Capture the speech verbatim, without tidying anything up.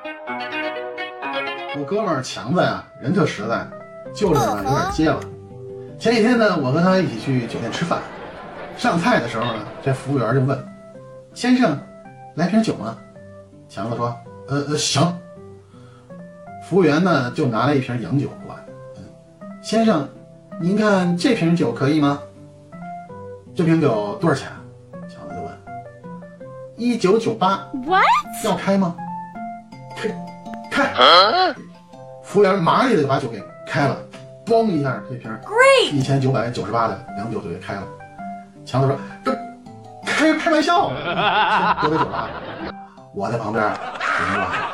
我哥们儿强子呀，人特实在，就是呢有点结巴。前几天呢，我和他一起去酒店吃饭，上菜的时候呢，这服务员就问：“先生，来瓶酒吗？”强子说：“呃呃，行。”服务员呢就拿了一瓶洋酒过来，嗯，先生，您看这瓶酒可以吗？这瓶酒多少钱？强子就问。一九九八。 What？ 要开吗？开开！服务员麻利的就把酒给开了，咣一下，这瓶一千九百九十八的洋酒就给开了。强子说：“这开开玩笑，多少酒啊？”我在旁边，明白吧？